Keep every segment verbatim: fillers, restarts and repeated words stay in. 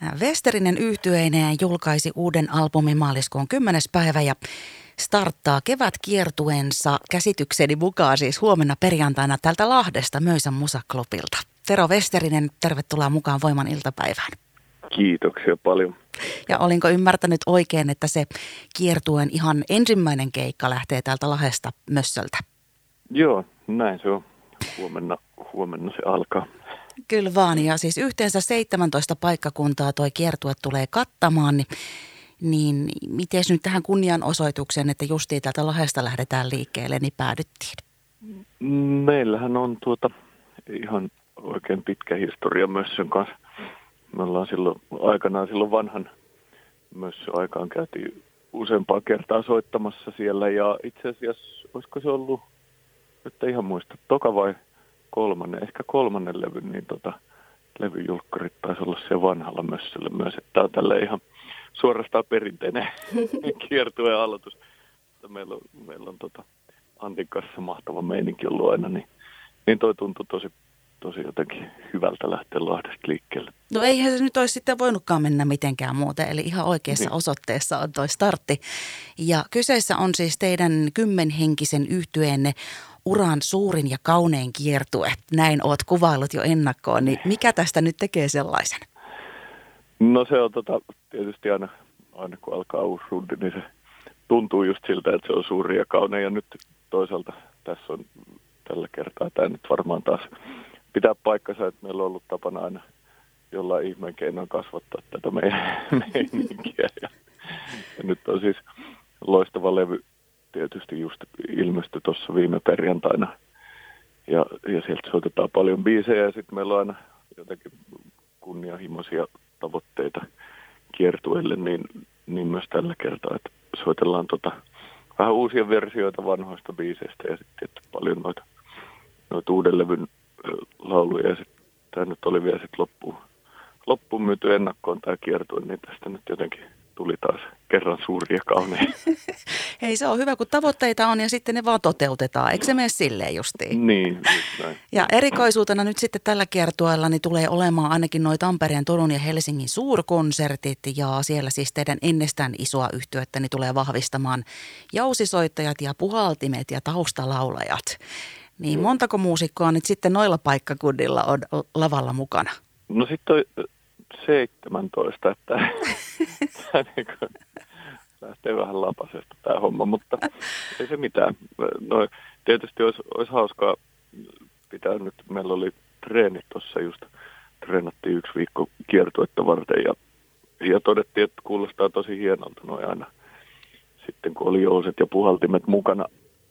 Westerinen yhtyeineen julkaisi uuden albumin maaliskuun kymmenes päivä ja starttaa kevätkiertueensa käsitykseni mukaan siis huomenna perjantaina täältä Lahdesta Möisän musaklubilta. Tero Westerinen, tervetuloa mukaan Voiman iltapäivään. Kiitoksia paljon. Ja olinko ymmärtänyt oikein, että se kiertueen ihan ensimmäinen keikka lähtee täältä Lahdesta Mössöltä? Joo, näin se on. Huomenna, huomenna se alkaa. Kyllä vaan, ja siis yhteensä seitsemäntoista paikkakuntaa toi kiertue tulee kattamaan, niin, niin miten nyt tähän kunnianosoitukseen, että justiin täältä Lahdesta lähdetään liikkeelle, niin päädyttiin? Meillähän on tuota ihan oikein pitkä historia Mössön kanssa. Me ollaan silloin aikanaan silloin vanhan Mössön aikaan käytiin useampaa kertaa soittamassa siellä ja itse asiassa olisiko se ollut, että ihan muista, toka vai kolmannen, ehkä kolmannen levyn, niin tota, levyjulkkarit taisi olla se vanhalla Mössöllä myös, että tämä on tälle ihan suorastaan perinteinen kiertueen aloitus. Meillä on, meillä on tota Antin kanssa mahtava meininki ollut aina, niin, niin toi tuntui tosi, tosi jotenkin hyvältä lähteä Lahdesta liikkeelle. No eihän se nyt olisi sitten voinutkaan mennä mitenkään muuten, eli ihan oikeassa niin. Osoitteessa on toi startti. Ja kyseessä on siis teidän kymmenhenkisen yhtyeenne uran suurin ja kaunein kiertue. Näin oot kuvaillut jo ennakkoon, niin mikä tästä nyt tekee sellaisen? No se on tota, tietysti aina, aina kun alkaa uusi rundi, niin se tuntuu just siltä, että se on suuri ja kaunein. Ja nyt toisaalta tässä on tällä kertaa, tämä nyt varmaan taas pitää paikkansa, että meillä on ollut tapana aina jollain ihmeen keinoin kasvattaa tätä meidän meininkiä. Ja, ja nyt on siis loistava levy tietysti just ilmestyi tuossa viime perjantaina. Ja, ja sieltä soitetaan paljon biisejä ja sitten meillä on aina jotenkin kunnianhimoisia tavoitteita kiertueelle, niin, niin myös tällä kertaa, että soitellaan tota, vähän uusia versioita vanhoista biiseistä ja sitten paljon noita, noita uuden levyn lauluja. Ja sitten tämä nyt oli vielä sitten loppuun, loppuun myyty ennakkoon tämä kiertue, niin tästä nyt jotenkin tuli taas kerran suuri ja kaunein. Hei, se on hyvä, kun tavoitteita on ja sitten ne vaan toteutetaan. Eikö se mene silleen justiin? Niin, just näin. Ja erikoisuutena nyt sitten tällä kiertueella niin tulee olemaan ainakin noi Tampereen, Turun ja Helsingin suurkonsertit ja siellä siis teidän ennestään isoa yhtyettä niin tulee vahvistamaan jousisoittajat ja puhaltimet ja taustalaulajat. Niin montako muusikkoa nyt sitten noilla paikkakunnilla on lavalla mukana? No sitten on seitsemäntoista, että tämä niin kuin lähtee vähän lapasesta tämä homma, mutta ei se mitään. No, tietysti olisi, olisi hauskaa pitää nyt, meillä oli treenit tuossa just, treenattiin yksi viikko kiertuetta varten ja, ja todettiin, että kuulostaa tosi hienolta noin aina sitten kun oli jouset ja puhaltimet mukana.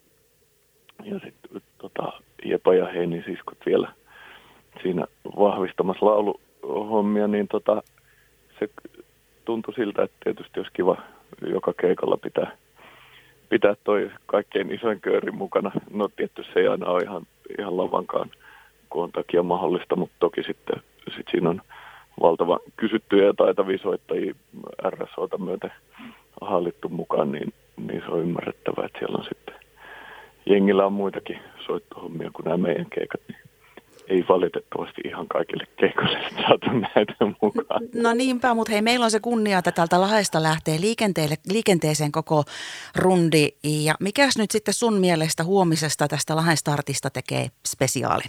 Ja sitten tota, Jepa ja Heini siskot vielä siinä vahvistamassa lauluhommia, niin tota, se tuntui siltä, että tietysti olisi kiva joka keikalla pitää, pitää toi kaikkein isoin kööri mukana. No tietysti se ei aina ole ihan, ihan lavankaan koon takia mahdollista, mutta toki sitten sit siinä on valtava kysyttyjä ja taitavia soittajia R S O:ta myöten hallittu mukaan, niin, niin se on ymmärrettävää, että siellä on sitten jengillä on muitakin soittohommia kuin nämä meidän keikat, niin ei valitettavasti ihan kaikille keikoille saatu näitä mukaan. No niinpä, mutta hei, meillä on se kunnia, että täältä Lahdesta lähtee liikenteelle, liikenteeseen koko rundi. Ja mikäs nyt sitten sun mielestä huomisesta tästä Lahden startista tekee spesiaalin?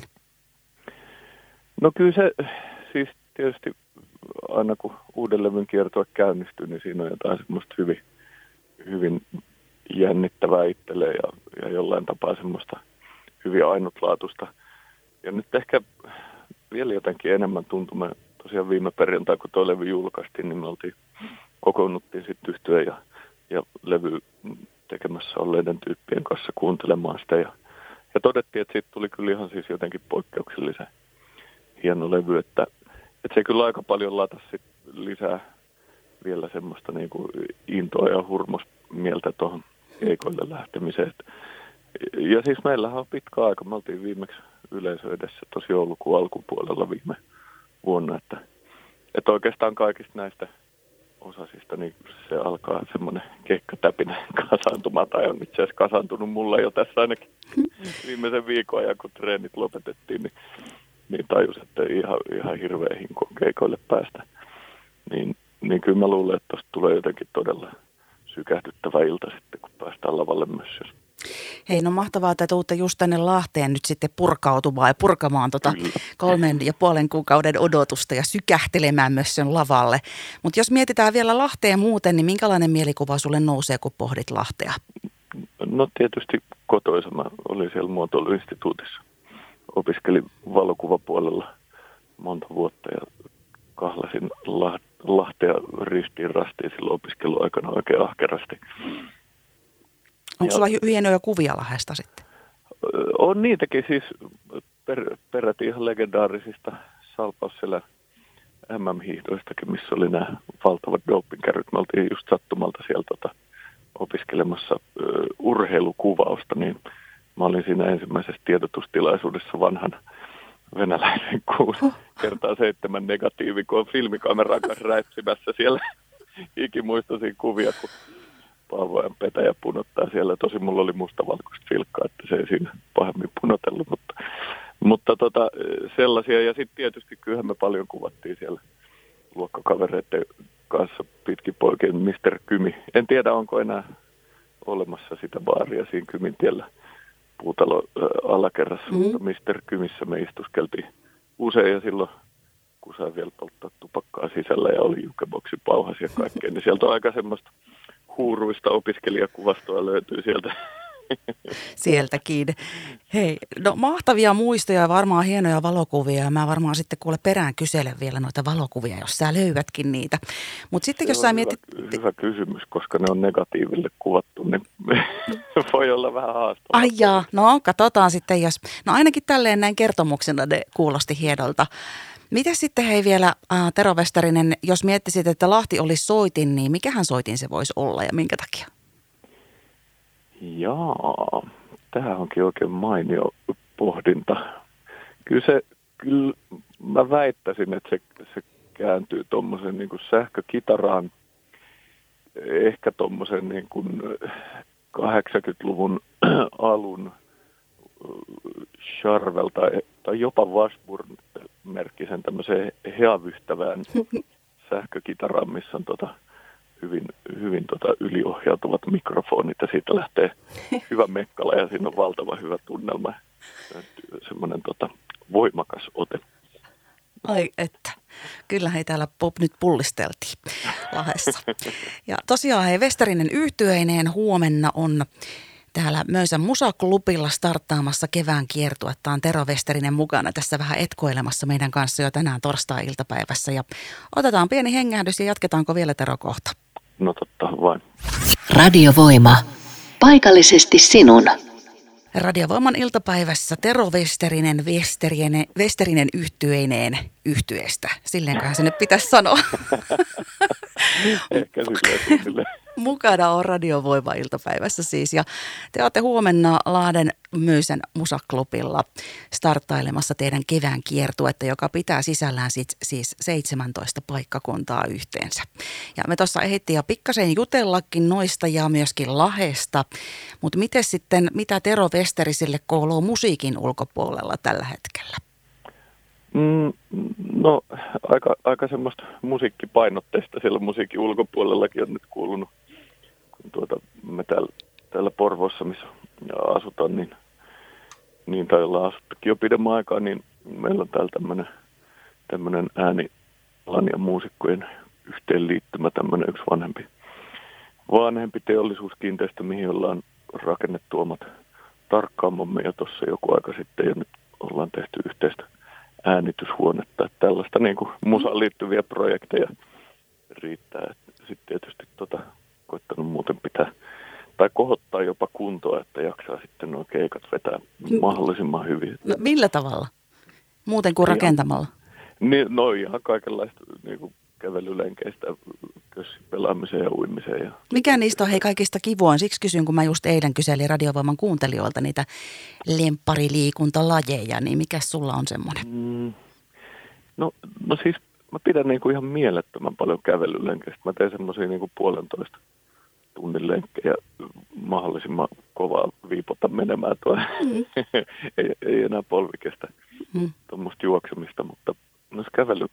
No kyllä se, siis tietysti aina kun uuden levyn kiertue käynnistyy, niin siinä on jotain semmoista hyvin, hyvin jännittävää itselleen ja, ja jollain tapaa semmoista hyvin ainutlaatuista. Ja nyt ehkä vielä jotenkin enemmän tuntumme tosiaan viime perjantai, kun tuo levy julkaistiin, niin me oltiin, kokoonnuttiin sitten yhtyeen ja, ja levy tekemässä olleiden tyyppien kanssa kuuntelemaan sitä. Ja, ja todettiin, että siitä tuli kyllä ihan siis jotenkin poikkeuksellisen hieno levy, että, että se kyllä aika paljon latasi sit lisää vielä semmoista niin kuin intoa ja hurmosmieltä tuohon keikoille lähtemiseen. Ja siis meillähän on pitkä aika. Me oltiin viimeksi yleisö edessä tosi joulukuun alkupuolella viime vuonna, että, että oikeastaan kaikista näistä osasista niin se alkaa semmoinen keikkatäpinä kasaantumaan, tai on itse asiassa kasaantunut mulla jo tässä ainakin viimeisen viikon ajan, kun treenit lopetettiin, niin, niin tajus, että ihan, ihan hirveä hinku keikoille päästä. Niin niin kyllä mä luulen, että tuosta tulee jotenkin todella sykähdyttävä ilta sitten, kun päästään lavalle myös. Hei, no mahtavaa, että tuutte just tänne Lahteen nyt sitten purkautumaan ja purkamaan tota kolmen ja puolen kuukauden odotusta ja sykähtelemään myös sen lavalle. Mutta jos mietitään vielä Lahteen muuten, niin minkälainen mielikuva sulle nousee, kun pohdit Lahtea? No tietysti kotoisa. Mä olin siellä muotoiluinstituutissa. Opiskelin valokuvapuolella monta vuotta ja kahlasin Lahtea ristiin rastiin silloin opiskeluaikana oikein ahkerasti. Onko sulla hienoja kuvia Lahdesta sitten? On niitäkin siis per, peräti ihan legendaarisista Salpausselän M M-hiihdoistakin, missä oli nämä valtavat dopingkärryt. Me oltiin just sattumalta siellä tota, opiskelemassa ö, urheilukuvausta, niin mä olin siinä ensimmäisessä tiedotustilaisuudessa vanhan venäläisen kuusi kertaa seitsemän negatiivi, kun on filmikameran kanssa räitsimässä siellä ikimuistoisia kuvia, kun Paavojan petäjä punottaa siellä. Tosi mulla oli mustavalkoista filkkaa, että se ei siinä pahemmin punotellut, mutta, mutta tota, sellaisia. Ja sitten tietysti kyllähän me paljon kuvattiin siellä luokkakavereiden kanssa pitkin poikien mister Kymi. En tiedä, onko enää olemassa sitä baaria siinä Kymintiellä puutalo äh, alakerrassa, mm-hmm. mutta mister Kymissä me istuskeltiin usein ja silloin, kun sai vielä polttaa tupakkaa sisällä ja oli jukeboksi pauhas ja kaikkea, niin sieltä on aika semmoista huuruista opiskelijakuvastoa löytyy sieltä. Sieltäkin. Hei, no mahtavia muistoja ja varmaan hienoja valokuvia. Mä varmaan sitten kuule perään kyselen vielä noita valokuvia, jos sä löydätkin niitä. Mutta sitten se jos sä hyvä, mietit... Hyvä kysymys, koska ne on negatiiville kuvattu, niin voi olla vähän haastavaa. Ai jaa, no katsotaan sitten jos... No ainakin tälleen näin kertomuksena ne kuulosti hienolta. Miten sitten hei vielä, äh, Tero Westerinen, jos miettisit, että Lahti olisi soitin, niin mikähän soitin se voisi olla ja minkä takia? Jaa, tämähän onkin oikein mainio pohdinta. Kyllä se, kyllä mä väittäisin, että se, se kääntyy tuommoisen niin kuin sähkökitaraan, ehkä tuommoisen niin kuin kahdeksankymmentäluvun alun Charvel tai, tai jopa Washburn-merkkisen tämmöiseen heavyhtävään sähkökitaraan, missä on tota hyvin, hyvin tota yliohjautuvat mikrofonit ja siitä lähtee hyvä mekkala ja siinä on valtava hyvä tunnelma. Semmoinen tota voimakas ote. Ai että. Kyllä hei täällä pop nyt pullisteltiin Lahdessa. Ja tosiaan hei Westerinen yhtyeineen huomenna on täällä Möysän musaklubilla starttaamassa kevään kiertuetta. On Tero Westerinen mukana tässä vähän etkoilemassa meidän kanssa jo tänään torstai-iltapäivässä. Ja otetaan pieni hengähdys ja jatketaanko vielä Tero kohta? No totta vain. Radiovoima. Paikallisesti sinun. Radiovoiman iltapäivässä Tero Westerinen, Westerinen, Westerinen yhtyeineen yhtyeestä. Silleenköhän se nyt pitäisi sanoa. Ehkä silleen, silleen. Mukana on Radiovoima iltapäivässä siis. Ja te olette huomenna Lahden Möysän musaklubilla starttailemassa teidän kevään kiertuetta, joka pitää sisällään siis, siis seitsemäntoista paikkakuntaa yhteensä. Ja me tuossa ehdittiin jo pikkasen jutellakin noista ja myöskin Lahdesta. Mutta miten sitten, mitä Tero Westerisille kuuluu musiikin ulkopuolella tällä hetkellä? Mm, no aika, aika semmoista musiikkipainotteista siellä musiikin ulkopuolellakin on nyt kuulunut. Kun tuota, me täällä, täällä Porvoossa, missä asutaan, niin, niin tai ollaan asuttukin jo pidemmän aikaa, niin meillä on täällä tämmöinen, tämmöinen äänialan ja muusikkojen yhteenliittymä, tämmöinen yksi vanhempi, vanhempi teollisuuskiinteistö, mihin ollaan rakennettu omat tarkkaamomme ja tuossa joku aika sitten ja nyt ollaan tehty yhteistä äänityshuonetta, että tällaista niin kuin musaan liittyviä projekteja riittää. Sitten tietysti tota, koittanut muuten pitää tai kohottaa jopa kuntoa, että jaksaa sitten nuo keikat vetää mahdollisimman hyvin. No, millä tavalla? Muuten kuin rakentamalla? Niin, no ihan kaikenlaista niin kuin kävelylenkeistä, pelaamiseen ja uimiseen. Ja mikä niistä on hei kaikista kivua? Siksi kysyn, kun mä just eilen kyselin Radiovoiman kuuntelijoilta niitä lemppariliikuntalajeja, niin mikä sulla on semmoinen? Mm, no, no siis mä pidän niin kuin ihan mielettömän paljon kävelylenkeistä. Mä teen semmoisia niin kuin puolentoista tunnin lenkkejä mahdollisimman kovaa viipota menemään tuo. Mm. ei, ei enää polvi kestä mm. tuommoista juoksemista, mutta noissa kävely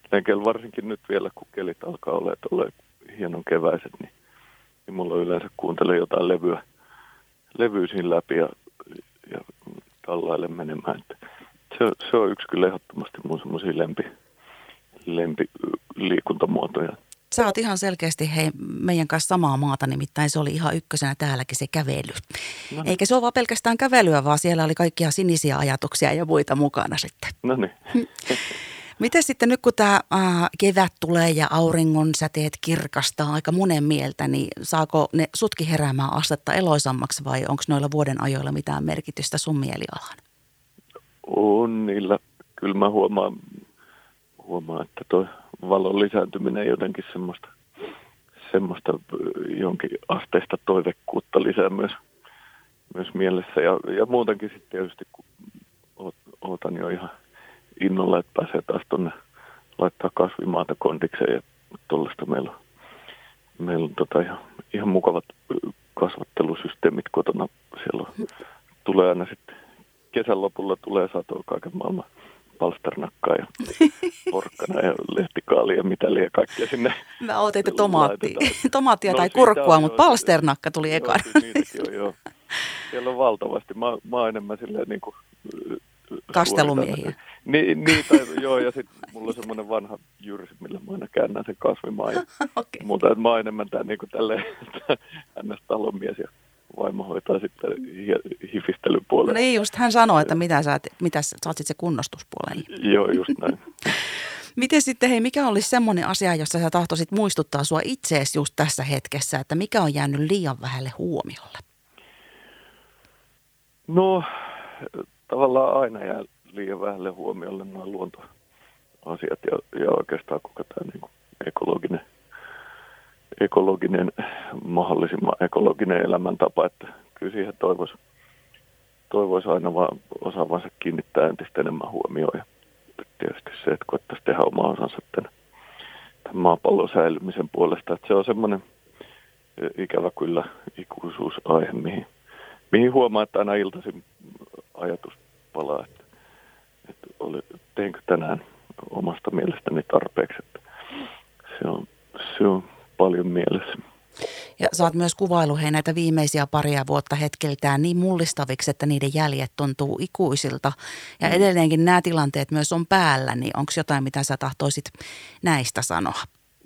Enkä varsinkin nyt vielä, kun kelit alkaa olla tolleen hienon keväiset, niin, niin mulla yleensä kuuntelen jotain levyä, levyä siinä läpi ja, ja tallaille menemään. Että se, se on yksi kyllä ehdottomasti mun semmoisia lempi, lempiliikuntamuotoja. Sä oot ihan selkeästi hei, meidän kanssa samaa maata, nimittäin se oli ihan ykkösenä täälläkin se kävely. No niin. Eikä se ole vaan pelkästään kävelyä, vaan siellä oli kaikkia sinisiä ajatuksia ja muita mukana sitten. No niin. Miten sitten nyt, kun tämä äh, kevät tulee ja auringon säteet kirkastaa aika monen mieltä, niin saako ne sutkin heräämään astetta eloisammaksi vai onko noilla vuoden ajoilla mitään merkitystä sun mielialaan? On niillä. Kyllä mä huomaan, huomaan että tuo valon lisääntyminen jotenkin semmoista, semmoista jonkin asteista toivekkuutta lisää myös, myös mielessä. Ja, ja muutenkin sitten tietysti, kun ootan jo ihan innolla, että pääsee taas tuonne laittaa kasvimaata kondikseen ja tuollaista meillä on, meillä on tota ihan, ihan mukavat kasvattelusysteemit kotona. Siellä on, tulee aina sitten kesän lopulla tulee satoa kaiken maailman palsternakkaa ja porkkana ja lehtikaalia ja mitä liian kaikkea sinne. Mä ootin, että tomaattia, tomaattia no, tai kurkkua, on, mutta palsternakka tuli ekaan. Joo, niitäkin on, joo. Siellä on valtavasti. Mä, mä oon enemmän silleen niin kuin kastelumiehiä. Niin, niin tai, joo, ja sitten mulla on semmoinen vanha jyrsi, millä mä aina käännän sen kasvimaan ja okay. Muuta, että mä oon enemmän tää niin kuin tälleen ns. Talonmies ja vaimo hoitaa sitten hifistelyn puolella. No niin, just hän sanoi, että mitä sä, mitä sä oot sitten se kunnostuspuolen. Joo, just näin. Miten sitten, hei, mikä olisi semmoinen asia, jossa sä tahtoisit muistuttaa sua itseesi just tässä hetkessä, että mikä on jäänyt liian vähälle huomiolle? No, tavallaan aina jää liian vähälle huomiolle nuo luontoasiat ja, ja oikeastaan koko tämä niin kuin ekologinen, ekologinen, mahdollisimman ekologinen elämäntapa, että kyllä siihen toivoisi toivois aina vaan osaavansa kiinnittää entistä enemmän huomioon ja tietysti se, että koettaisi tehdä oma osansa tämän, tämän maapallon säilymisen puolesta, että se on semmoinen ikävä kyllä ikuisuusaihe, mihin, mihin huomaa, että aina iltaisin ajatus palaa, että, että oli, teinkö tänään omasta mielestäni tarpeeksi, että se on, se on paljon mielessä. Ja sä oot myös kuvailu hei näitä viimeisiä paria vuotta hetkeltään niin mullistaviksi, että niiden jäljet tuntuu ikuisilta. Ja mm. edelleenkin nämä tilanteet myös on päällä, niin onko jotain, mitä sä tahtoisit näistä sanoa?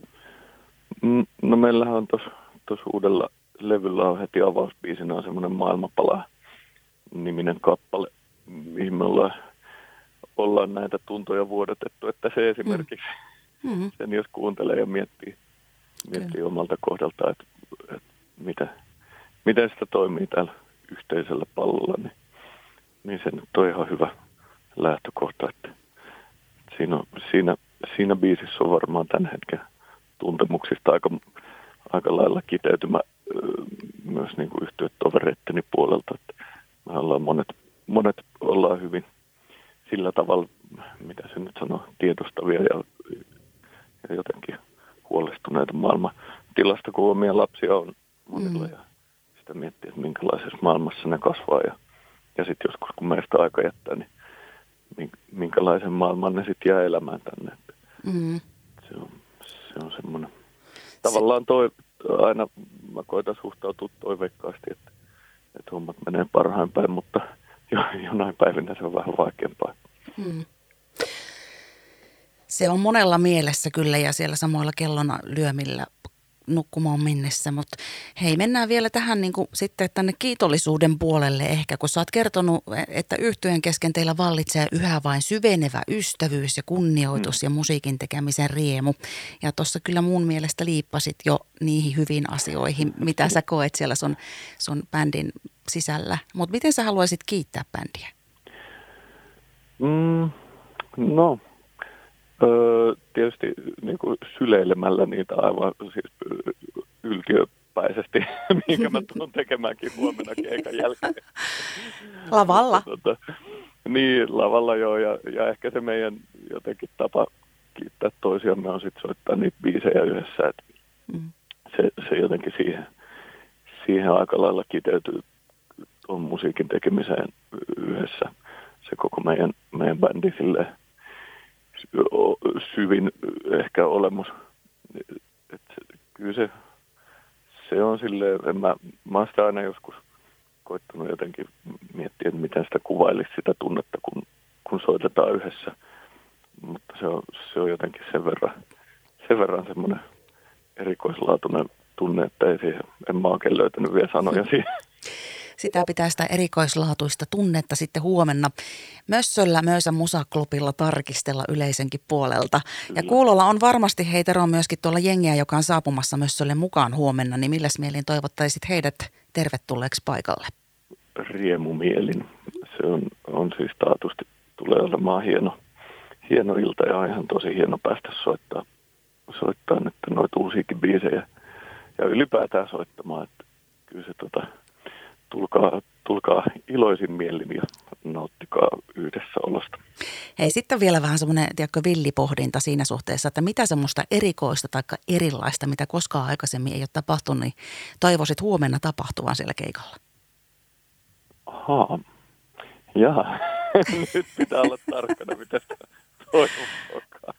No meillähän on tuossa uudella levyllä on heti avausbiisinä on semmoinen Maailmanpala-niminen kappale, mihin me ollaan, ollaan näitä tuntoja vuodatettu, että se esimerkiksi, mm. sen jos kuuntelee ja miettii, miettii omalta kohdaltaan, että, että mitä, miten sitä toimii täällä yhteisellä pallolla, niin, niin se nyt on ihan hyvä lähtökohta. Että siinä, on, siinä, siinä biisissä on varmaan tämän hetken tuntemuksista aika, aika lailla kiteytymä myös niin kuin yhtyeetovereitteni puolelta. Että me ollaan monet, monet ollaan hyvin sillä tavalla, mitä se nyt sanoo, tiedostavia ja, ja jotenkin huolestuneita maailman tilasta, kun omia lapsia on monilla mm. ja sitä miettii, että minkälaisessa maailmassa ne kasvaa ja, ja sitten joskus kun meistä aika jättää, niin minkälaisen maailman ne sitten jää elämään tänne. Mm. Se on, se on semmoinen, tavallaan toi, aina mä koitan suhtautua toiveikkaasti, että, että hommat menee parhain päin, mutta jo, jonain päivinä se on vähän vaikeampaa. Mm. Se on monella mielessä kyllä ja siellä samoilla kellona lyömillä nukkumaan mennessä, mutta hei, mennään vielä tähän niin kuin sitten tänne kiitollisuuden puolelle ehkä, kun sä oot kertonut, että yhtyeen kesken teillä vallitsee yhä vain syvenevä ystävyys ja kunnioitus mm. ja musiikin tekemisen riemu. Ja tuossa kyllä mun mielestä liippasit jo niihin hyviin asioihin, mitä sä koet siellä sun, sun bändin sisällä. Mutta miten sä haluaisit kiittää bändiä? Mm, no... Öö, tietysti niin kuin syleilemällä niitä aivan siis yltiöpäisesti, minkä mä tulen tekemäänkin huomenna keikan jälkeen. Lavalla? Tota, niin, lavalla joo, ja, ja ehkä se meidän jotenkin tapa kiittää toisiamme on sitten soittaa niitä biisejä yhdessä, että mm. se, se jotenkin siihen, siihen aika lailla kiteytyy on musiikin tekemiseen yhdessä se koko meidän, meidän bändi silleen. syvin ehkä olemus. Et kyllä se, se on silleen, en mä, mä oon sitä aina joskus koittanut jotenkin miettiä, että miten sitä kuvailisi sitä tunnetta, kun, kun soitetaan yhdessä. Mutta se on, se on jotenkin sen verran, sen verran semmoinen erikoislaatuinen tunne, että ei siihen, en mä oikein löytänyt vielä sanoja siihen. Sitä pitää sitä erikoislaatuista tunnetta sitten huomenna Mössöllä Möysän musaklubilla tarkistella yleisenkin puolelta. Ja kuulolla on varmasti heitä on myöskin tuolla jengiä, joka on saapumassa Mössölle mukaan huomenna, niin milläs mielin toivottaisit heidät tervetulleeksi paikalle? Riemumielin. Se on, on siis taatusti tulee olemaan hieno, hieno ilta ja on ihan tosi hieno päästä soittaa, soittaa nyt noita uusiakin biisejä ja ylipäätään soittamaan, että kyllä se tota... Tulkaa, tulkaa iloisin mielin ja nauttikaa yhdessä olosta. Hei, sitten vielä vähän semmoinen, tiedätkö, villipohdinta siinä suhteessa, että mitä semmoista erikoista tai erilaista, mitä koskaan aikaisemmin ei ole tapahtunut, niin toivoisit huomenna tapahtuvan siellä keikalla? Ahaa, jaa. Nyt pitää olla tarkkana, mitä sitä toivotaan.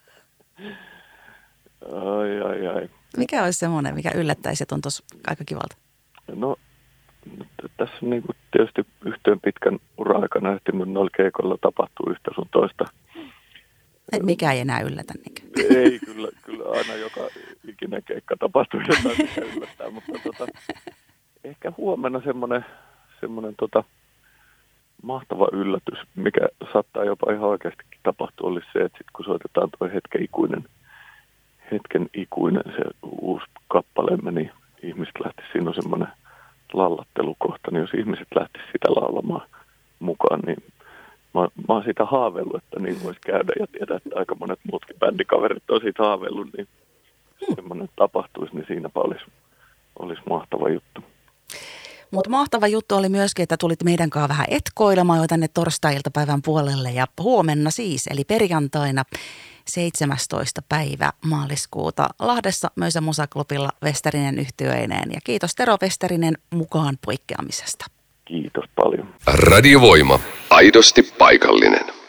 Ai, ai, ai. Mikä olisi semmoinen, mikä yllättäisi ja tuntuisi aika kivalta? No, tässä on niin kuin tietysti yhteen pitkän ura-aikana ehtinyt noilla keikoilla tapahtuu yhtä sun toista. Mikä ei enää yllätä niinkö? Ei, kyllä, kyllä aina joka ikinen keikka tapahtuu jotain, mikä yllättää, mutta tota, ehkä huomenna semmoinen, semmoinen tota, mahtava yllätys, mikä saattaa jopa ihan oikeastikin tapahtua, olisi se, että sit kun soitetaan tuo hetken ikuinen, hetken ikuinen se uusi kappaleemme, niin ihmiset lähti, siinä on semmoinen lallattelukohta, niin jos ihmiset lähtisivät sitä laulamaan mukaan, niin mä, mä oon siitä haaveillut, että niin voisi käydä ja tiedä, että aika monet muutkin bändikaverit on siitä haaveillut, niin hmm. semmoinen tapahtuisi, niin siinäpä olisi, olisi mahtava juttu. Mutta mahtava juttu oli myöskin, että tulit meidän kanssa vähän etkoilemaan jo tänne torstai-iltapäivän puolelle ja huomenna siis, eli perjantaina seitsemästoista päivä maaliskuuta Lahdessa Möysän musaklubilla Westerinen yhtyeeineen. Ja kiitos Tero Westerinen mukaan poikkeamisesta. Kiitos paljon. Radio Voima. Aidosti paikallinen.